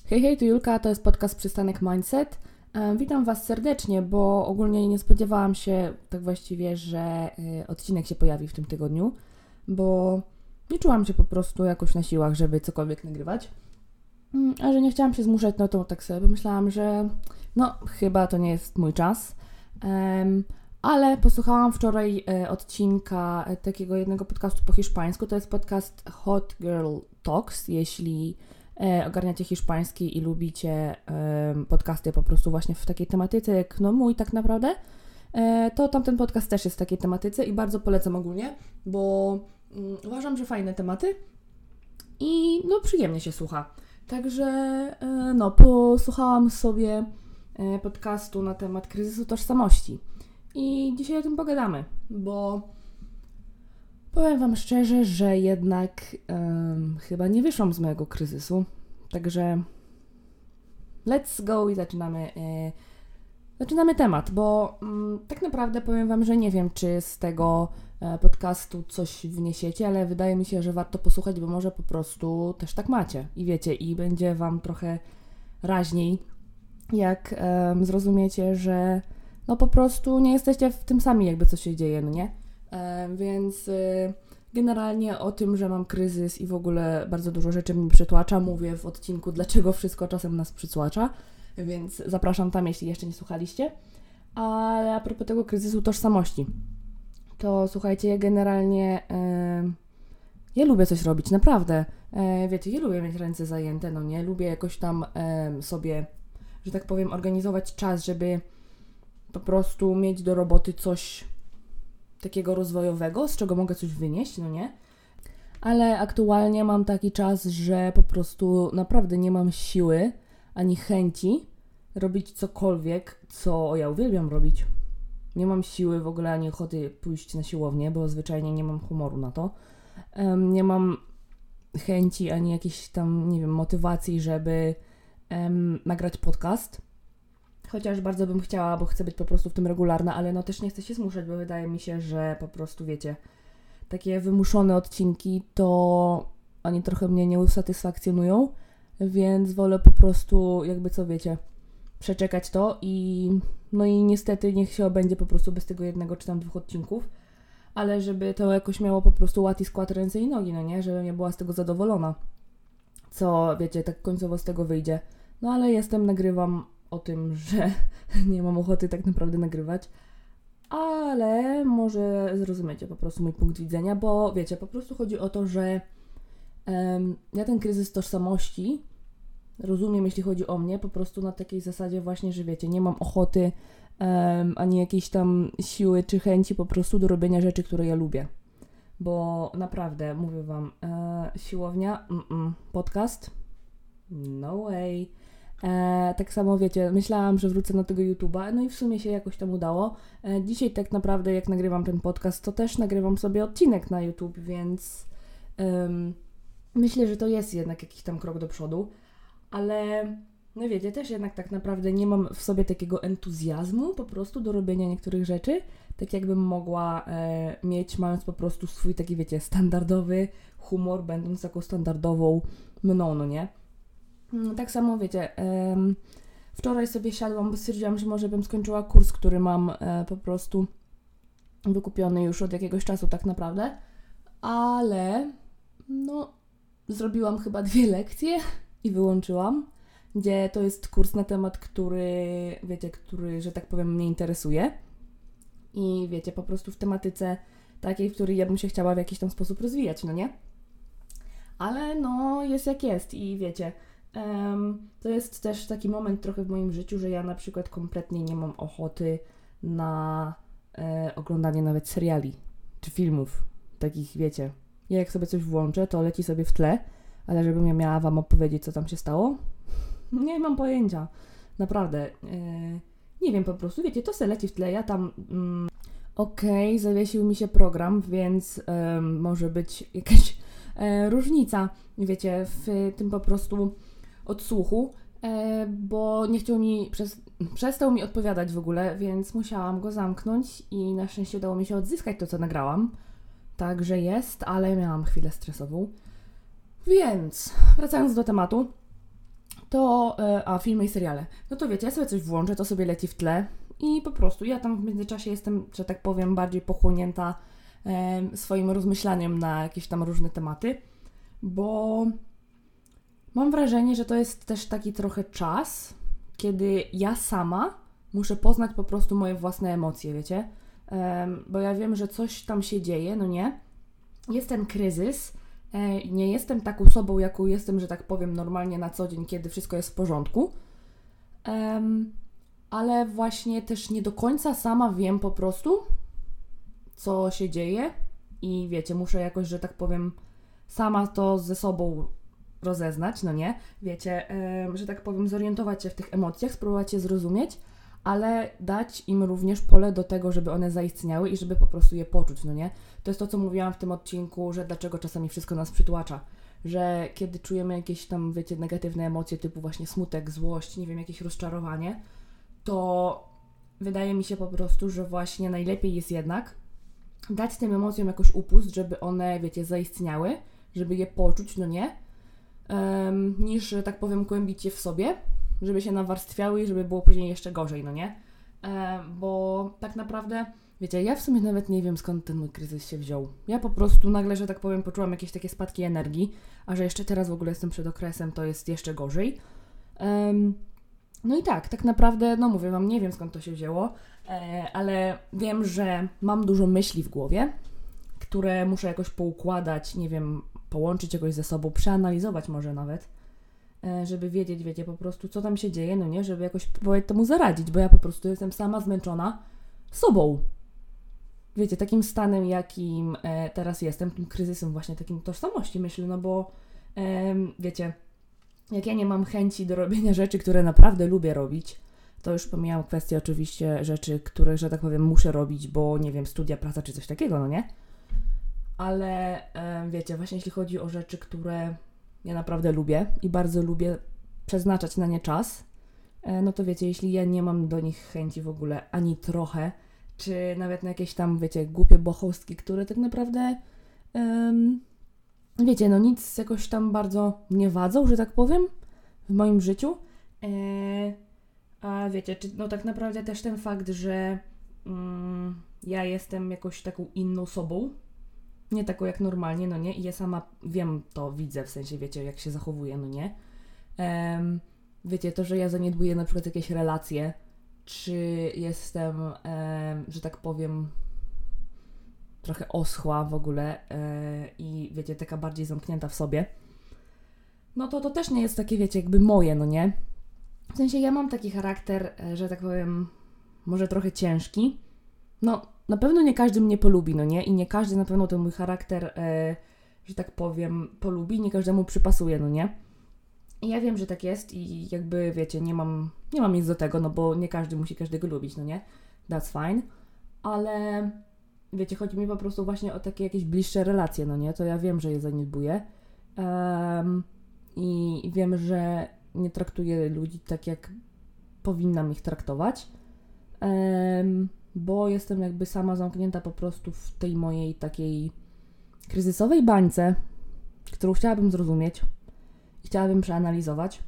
Hej, hej, tu Julka, to jest podcast Przystanek Mindset. Witam Was serdecznie, bo ogólnie nie spodziewałam się tak właściwie, że odcinek się pojawi w tym tygodniu, bo nie czułam się po prostu jakoś na siłach, żeby cokolwiek nagrywać. A że nie chciałam się zmuszać, no to tak sobie pomyślałam, że chyba to nie jest mój czas. Ale posłuchałam wczoraj odcinka takiego jednego podcastu po hiszpańsku. To jest podcast Hot Girl Talks, jeśli ogarniacie hiszpański i lubicie podcasty po prostu właśnie w takiej tematyce jak mój tak naprawdę, to tamten podcast też jest w takiej tematyce i bardzo polecam ogólnie, bo uważam, że fajne tematy i przyjemnie się słucha. Także posłuchałam sobie podcastu na temat kryzysu tożsamości i dzisiaj o tym pogadamy, bo powiem Wam szczerze, że jednak chyba nie wyszłam z mojego kryzysu, także let's go i zaczynamy temat, bo tak naprawdę powiem Wam, że nie wiem, czy z tego podcastu coś wniesiecie, ale wydaje mi się, że warto posłuchać, bo może po prostu też tak macie i wiecie, i będzie Wam trochę raźniej, jak zrozumiecie, że po prostu nie jesteście w tym sami, jakby co się dzieje, nie? Więc generalnie o tym, że mam kryzys i w ogóle bardzo dużo rzeczy mi przytłacza, mówię w odcinku Dlaczego wszystko czasem nas przytłacza, więc zapraszam tam, jeśli jeszcze nie słuchaliście. Ale a propos tego kryzysu tożsamości, to słuchajcie, ja generalnie ja lubię coś robić, naprawdę. Wiecie, ja lubię mieć ręce zajęte, nie? Lubię jakoś tam sobie, że tak powiem, organizować czas, żeby po prostu mieć do roboty coś takiego rozwojowego, z czego mogę coś wynieść, nie? Ale aktualnie mam taki czas, że po prostu naprawdę nie mam siły ani chęci robić cokolwiek, co ja uwielbiam robić. Nie mam siły w ogóle ani ochoty pójść na siłownię, bo zwyczajnie nie mam humoru na to. Nie mam chęci ani jakiejś tam, nie wiem, motywacji, żeby nagrać podcast. Chociaż bardzo bym chciała, bo chcę być po prostu w tym regularna, ale też nie chcę się zmuszać, bo wydaje mi się, że po prostu, wiecie, takie wymuszone odcinki to oni trochę mnie nie usatysfakcjonują, więc wolę po prostu, jakby co wiecie, przeczekać to i niestety niech się obędzie po prostu bez tego jednego czy tam 2 odcinków, ale żeby to jakoś miało po prostu ład i skład ręce i nogi, nie? Żebym ja była z tego zadowolona, co wiecie, tak końcowo z tego wyjdzie. Ale nagrywam o tym, że nie mam ochoty tak naprawdę nagrywać, ale może zrozumiecie po prostu mój punkt widzenia, bo wiecie, po prostu chodzi o to, że ja ten kryzys tożsamości rozumiem, jeśli chodzi o mnie, po prostu na takiej zasadzie właśnie, że wiecie, nie mam ochoty ani jakiejś tam siły czy chęci po prostu do robienia rzeczy, które ja lubię, bo naprawdę, mówię Wam, siłownia, podcast, no way. Tak samo wiecie, myślałam, że wrócę na tego YouTube'a, i w sumie się jakoś tam udało. Dzisiaj tak naprawdę jak nagrywam ten podcast, to też nagrywam sobie odcinek na YouTube, więc myślę, że to jest jednak jakiś tam krok do przodu, ale wiecie, też jednak tak naprawdę nie mam w sobie takiego entuzjazmu po prostu do robienia niektórych rzeczy, tak jakbym mogła mieć, mając po prostu swój taki, wiecie, standardowy humor, będąc taką standardową mną, nie? Tak samo wiecie, wczoraj sobie siadłam, bo stwierdziłam, że może bym skończyła kurs, który mam po prostu wykupiony już od jakiegoś czasu tak naprawdę, ale zrobiłam chyba 2 lekcje i wyłączyłam, gdzie to jest kurs na temat, który, że tak powiem, mnie interesuje i wiecie, po prostu w tematyce takiej, w której ja bym się chciała w jakiś tam sposób rozwijać, nie? Ale jest jak jest i wiecie, to jest też taki moment trochę w moim życiu, że ja na przykład kompletnie nie mam ochoty na oglądanie nawet seriali czy filmów takich, wiecie. Ja jak sobie coś włączę, to leci sobie w tle, ale żebym ja miała Wam opowiedzieć, co tam się stało, nie mam pojęcia. Naprawdę. Nie wiem po prostu, wiecie, to se leci w tle, ja tam okej, zawiesił mi się program, więc może być jakaś różnica, wiecie, w tym po prostu odsłuchu, bo nie chciał mi, przestał mi odpowiadać w ogóle, więc musiałam go zamknąć i na szczęście udało mi się odzyskać to, co nagrałam. Także jest, ale miałam chwilę stresową. Więc, wracając do tematu, filmy i seriale. No to wiecie, ja sobie coś włączę, to sobie leci w tle i po prostu ja tam w międzyczasie jestem, że tak powiem, bardziej pochłonięta swoim rozmyślaniem na jakieś tam różne tematy, bo mam wrażenie, że to jest też taki trochę czas, kiedy ja sama muszę poznać po prostu moje własne emocje, wiecie? Bo ja wiem, że coś tam się dzieje, no nie? Jest ten kryzys, nie jestem taką osobą, jaką jestem, że tak powiem, normalnie na co dzień, kiedy wszystko jest w porządku, ale właśnie też nie do końca sama wiem po prostu, co się dzieje i wiecie, muszę jakoś, że tak powiem, sama to ze sobą rozeznać, no nie? Wiecie, że tak powiem, zorientować się w tych emocjach, spróbować je zrozumieć, ale dać im również pole do tego, żeby one zaistniały i żeby po prostu je poczuć, no nie? To jest to, co mówiłam w tym odcinku, że dlaczego czasami wszystko nas przytłacza, że kiedy czujemy jakieś tam, wiecie, negatywne emocje typu właśnie smutek, złość, nie wiem, jakieś rozczarowanie, to wydaje mi się po prostu, że właśnie najlepiej jest jednak dać tym emocjom jakoś upust, żeby one, wiecie, zaistniały, żeby je poczuć, no nie? Niż, że tak powiem, kłębić je w sobie, żeby się nawarstwiały i żeby było później jeszcze gorzej, no nie? Bo tak naprawdę, wiecie, ja w sumie nawet nie wiem, skąd ten mój kryzys się wziął. Ja po prostu nagle, że tak powiem, poczułam jakieś takie spadki energii, a że jeszcze teraz w ogóle jestem przed okresem, to jest jeszcze gorzej. No i tak naprawdę, no mówię wam, nie wiem, skąd to się wzięło, ale wiem, że mam dużo myśli w głowie, które muszę jakoś poukładać, nie wiem, połączyć jakoś ze sobą, przeanalizować może nawet, żeby wiedzieć, wiecie, po prostu co tam się dzieje, no nie, żeby jakoś próbować temu zaradzić, bo ja po prostu jestem sama zmęczona sobą. Wiecie, takim stanem, jakim teraz jestem, tym kryzysem właśnie takim tożsamości, myślę, no bo wiecie, jak ja nie mam chęci do robienia rzeczy, które naprawdę lubię robić, to już pomijam kwestię oczywiście rzeczy, które, że tak powiem, muszę robić, bo nie wiem, studia, praca czy coś takiego, no nie? Ale wiecie, właśnie jeśli chodzi o rzeczy, które ja naprawdę lubię i bardzo lubię przeznaczać na nie czas, no to wiecie, jeśli ja nie mam do nich chęci w ogóle ani trochę, czy nawet na jakieś tam, wiecie, głupie bohostki, które tak naprawdę, wiecie, no nic jakoś tam bardzo nie wadzą, że tak powiem, w moim życiu. A wiecie, no tak naprawdę też ten fakt, że ja jestem jakoś taką inną sobą, nie taką jak normalnie, no nie? I ja sama wiem to, widzę, w sensie, wiecie, jak się zachowuję, no nie? Wiecie, to, że ja zaniedbuję na przykład jakieś relacje, czy jestem, że tak powiem, trochę oschła w ogóle i wiecie, taka bardziej zamknięta w sobie, no to też nie jest takie, wiecie, jakby moje, no nie? W sensie ja mam taki charakter, że tak powiem, może trochę ciężki. No, na pewno nie każdy mnie polubi, no nie? I nie każdy na pewno ten mój charakter, że tak powiem, polubi, nie każdemu przypasuje, no nie? I ja wiem, że tak jest i jakby, wiecie, nie mam nic do tego, no bo nie każdy musi każdego lubić, no nie? That's fine. Ale wiecie, chodzi mi po prostu właśnie o takie jakieś bliższe relacje, no nie? To ja wiem, że je zaniedbuję. I wiem, że nie traktuję ludzi tak, jak powinnam ich traktować. Bo jestem jakby sama zamknięta po prostu w tej mojej takiej kryzysowej bańce, którą chciałabym zrozumieć i chciałabym przeanalizować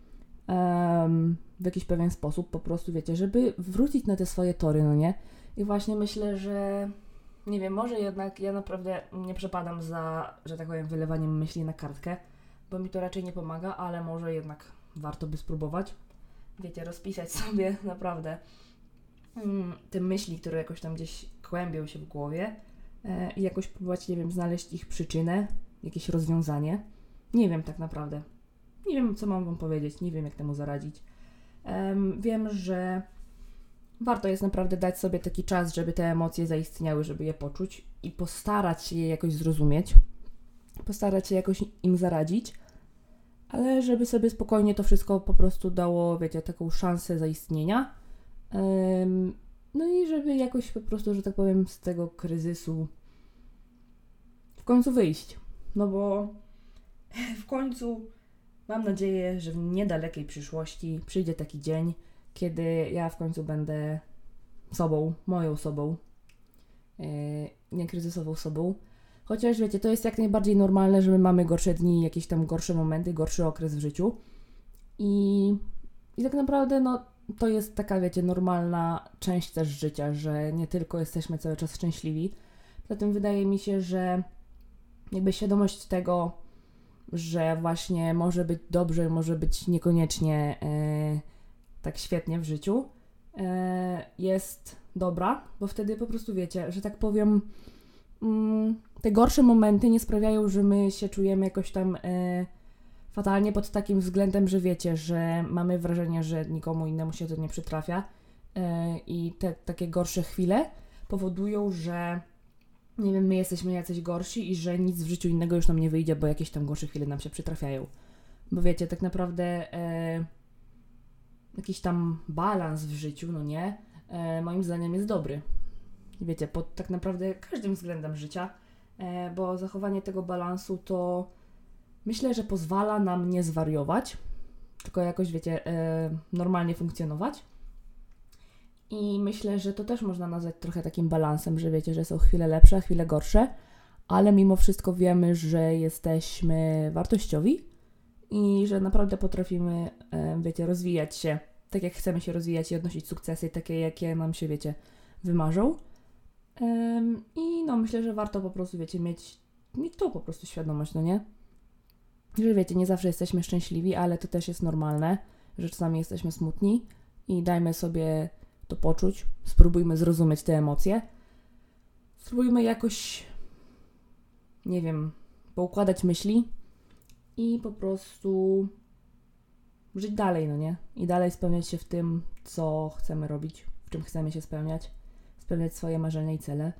w jakiś pewien sposób po prostu, wiecie, żeby wrócić na te swoje tory, no nie? I właśnie myślę, że nie wiem, może jednak ja naprawdę nie przepadam za, że tak powiem, wylewaniem myśli na kartkę, bo mi to raczej nie pomaga, ale może jednak warto by spróbować, wiecie, rozpisać sobie naprawdę te myśli, które jakoś tam gdzieś kłębią się w głowie i jakoś próbować, nie wiem, znaleźć ich przyczynę, jakieś rozwiązanie. Nie wiem tak naprawdę. Nie wiem, co mam wam powiedzieć, nie wiem, jak temu zaradzić. Wiem, że warto jest naprawdę dać sobie taki czas, żeby te emocje zaistniały, żeby je poczuć i postarać się je jakoś zrozumieć, postarać się jakoś im zaradzić, ale żeby sobie spokojnie to wszystko po prostu dało, wiecie, taką szansę zaistnienia. No i żeby jakoś po prostu, że tak powiem, z tego kryzysu w końcu wyjść. No bo w końcu mam nadzieję, że w niedalekiej przyszłości przyjdzie taki dzień, kiedy ja w końcu będę sobą, moją sobą, nie kryzysową sobą. Chociaż wiecie, to jest jak najbardziej normalne, że my mamy gorsze dni, jakieś tam gorsze momenty, gorszy okres w życiu. I tak naprawdę, no, to jest taka, wiecie, normalna część też życia, że nie tylko jesteśmy cały czas szczęśliwi. Zatem wydaje mi się, że jakby świadomość tego, że właśnie może być dobrze, może być niekoniecznie tak świetnie w życiu, jest dobra, bo wtedy po prostu wiecie, że tak powiem, te gorsze momenty nie sprawiają, że my się czujemy jakoś tam fatalnie pod takim względem, że wiecie, że mamy wrażenie, że nikomu innemu się to nie przytrafia i te takie gorsze chwile powodują, że nie wiem, my jesteśmy jacyś gorsi i że nic w życiu innego już nam nie wyjdzie, bo jakieś tam gorsze chwile nam się przytrafiają. Bo wiecie, tak naprawdę jakiś tam balans w życiu, no nie, moim zdaniem jest dobry. Wiecie, pod tak naprawdę każdym względem życia, bo zachowanie tego balansu to myślę, że pozwala nam nie zwariować, tylko jakoś, wiecie, normalnie funkcjonować. I myślę, że to też można nazwać trochę takim balansem, że wiecie, że są chwile lepsze, a chwile gorsze, ale mimo wszystko wiemy, że jesteśmy wartościowi i że naprawdę potrafimy, wiecie, rozwijać się tak, jak chcemy się rozwijać i odnosić sukcesy takie, jakie nam się, wiecie, wymarzą. I no, myślę, że warto po prostu, wiecie, mieć tą po prostu świadomość, no nie? Że wiecie, nie zawsze jesteśmy szczęśliwi, ale to też jest normalne, że czasami jesteśmy smutni i dajmy sobie to poczuć, spróbujmy zrozumieć te emocje, spróbujmy jakoś, nie wiem, poukładać myśli i po prostu żyć dalej, no nie? I dalej spełniać się w tym, co chcemy robić, w czym chcemy się spełniać swoje marzenia i cele.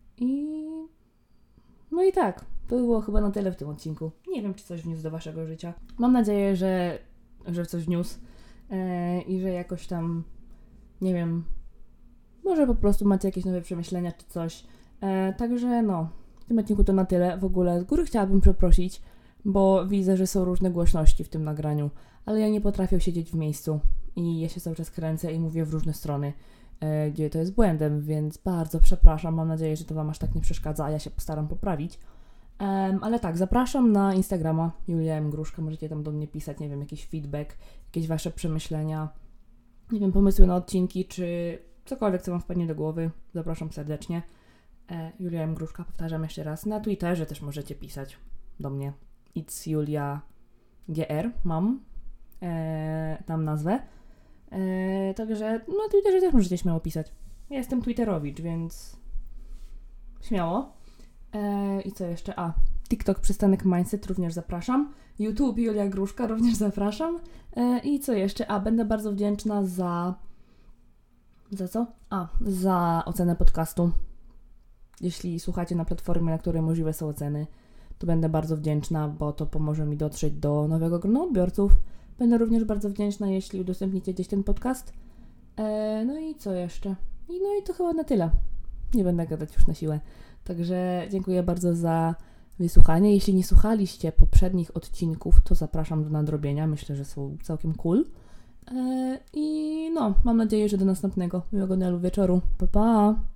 No i tak, to było chyba na tyle w tym odcinku. Nie wiem, czy coś wniósł do waszego życia. Mam nadzieję, że coś wniósł i że jakoś tam, nie wiem, może po prostu macie jakieś nowe przemyślenia czy coś. Także no, w tym odcinku to na tyle. W ogóle z góry chciałabym przeprosić, bo widzę, że są różne głośności w tym nagraniu, ale ja nie potrafię siedzieć w miejscu i ja się cały czas kręcę i mówię w różne strony, gdzie to jest błędem, więc bardzo przepraszam. Mam nadzieję, że to wam aż tak nie przeszkadza, a ja się postaram poprawić. Ale tak, zapraszam na Instagrama Julia M. Gruszka, możecie tam do mnie pisać, nie wiem, jakiś feedback, jakieś wasze przemyślenia, nie wiem, pomysły na odcinki, czy cokolwiek, co wam wpadnie do głowy. Zapraszam serdecznie. Julia M. Gruszka, powtarzam jeszcze raz. Na Twitterze też możecie pisać do mnie. It's Julia GR, mam tam nazwę. Także na Twitterze też możecie śmiało pisać. Ja jestem Twitterowicz, więc śmiało. I co jeszcze? TikTok Przystanek Mindset również zapraszam. YouTube Julia Gruszka również zapraszam. I co jeszcze? Będę bardzo wdzięczna za co? Za ocenę podcastu. Jeśli słuchacie na platformie, na której możliwe są oceny, to będę bardzo wdzięczna, bo to pomoże mi dotrzeć do nowego grona odbiorców. Będę również bardzo wdzięczna, jeśli udostępnicie gdzieś ten podcast. No i co jeszcze? No i to chyba na tyle. Nie będę gadać już na siłę. Także dziękuję bardzo za wysłuchanie. Jeśli nie słuchaliście poprzednich odcinków, to zapraszam do nadrobienia. Myślę, że są całkiem cool. I no, mam nadzieję, że do następnego. Miłego dnia lub wieczoru. Pa, pa!